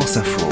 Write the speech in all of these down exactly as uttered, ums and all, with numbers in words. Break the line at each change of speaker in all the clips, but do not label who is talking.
France Info.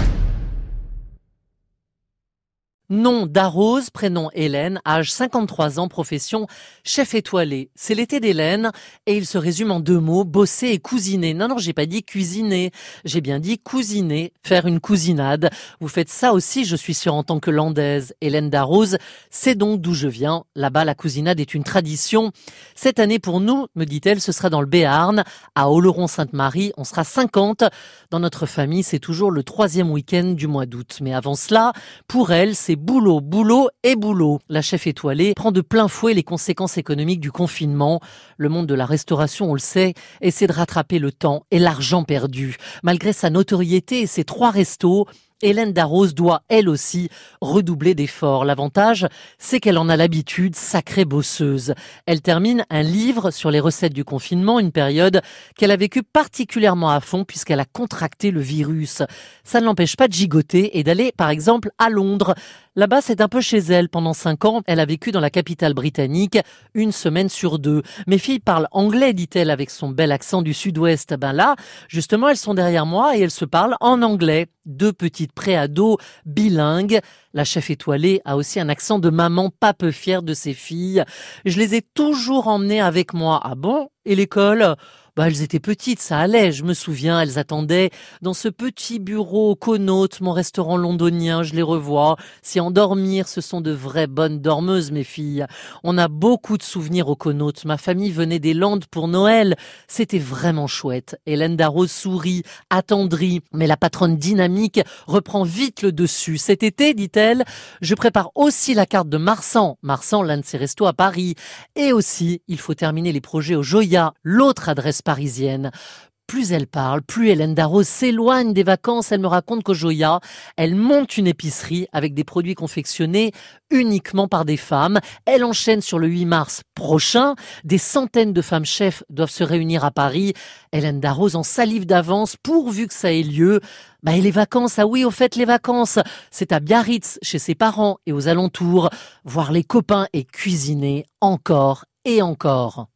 Nom Darroze, prénom Hélène, âge cinquante-trois ans, profession chef étoilé. C'est l'été d'Hélène et il se résume en deux mots, bosser et cousiner. Non, non, j'ai pas dit cuisiner, j'ai bien dit cousiner, faire une cousinade. Vous faites ça aussi, je suis sûre, en tant que landaise. Hélène Darroze, c'est donc d'où je viens. Là-bas, la cousinade est une tradition. Cette année, pour nous, me dit-elle, ce sera dans le Béarn, à Oloron-Sainte-Marie. On sera cinquante. Dans notre famille, c'est toujours le troisième week-end du mois d'août. Mais avant cela, pour elle, c'est boulot, boulot et boulot. La chef étoilée prend de plein fouet les conséquences économiques du confinement. Le monde de la restauration, on le sait, essaie de rattraper le temps et l'argent perdu. Malgré sa notoriété et ses trois restos, Hélène Darroze doit, elle aussi, redoubler d'efforts. L'avantage, c'est qu'elle en a l'habitude, sacrée bosseuse. Elle termine un livre sur les recettes du confinement, une période qu'elle a vécue particulièrement à fond puisqu'elle a contracté le virus. Ça ne l'empêche pas de gigoter et d'aller, par exemple, à Londres. Là-bas, c'est un peu chez elle. Pendant cinq ans, elle a vécu dans la capitale britannique, une semaine sur deux. Mes filles parlent anglais, dit-elle avec son bel accent du sud-ouest. Ben là, justement, elles sont derrière moi et elles se parlent en anglais. Deux petites préados bilingues. La chef étoilée a aussi un accent de maman pas peu fière de ses filles. Je les ai toujours emmenées avec moi. Ah bon? Et l'école? Bah, elles étaient petites, ça allait. Je me souviens, elles attendaient dans ce petit bureau Connaught, mon restaurant londonien. Je les revois. Si endormir, ce sont de vraies bonnes dormeuses, mes filles. On a beaucoup de souvenirs au Connaught. Ma famille venait des Landes pour Noël. C'était vraiment chouette. Hélène Darroze sourit, attendrie. Mais la patronne dynamique reprend vite le dessus. Cet été, dit-elle, je prépare aussi la carte de Marsan. Marsan, l'un de ses restos à Paris. Et aussi, il faut terminer les projets au Joya, l'autre adresse parisienne. Plus elle parle, plus Hélène Darroze s'éloigne des vacances. Elle me raconte qu'au Joya, elle monte une épicerie avec des produits confectionnés uniquement par des femmes. Elle enchaîne sur le huit mars prochain. Des centaines de femmes chefs doivent se réunir à Paris. Hélène Darroze en salive d'avance pourvu que ça ait lieu. Bah, et les vacances, ah oui, au fait, les vacances, c'est à Biarritz, chez ses parents et aux alentours. Voir les copains et cuisiner encore et encore.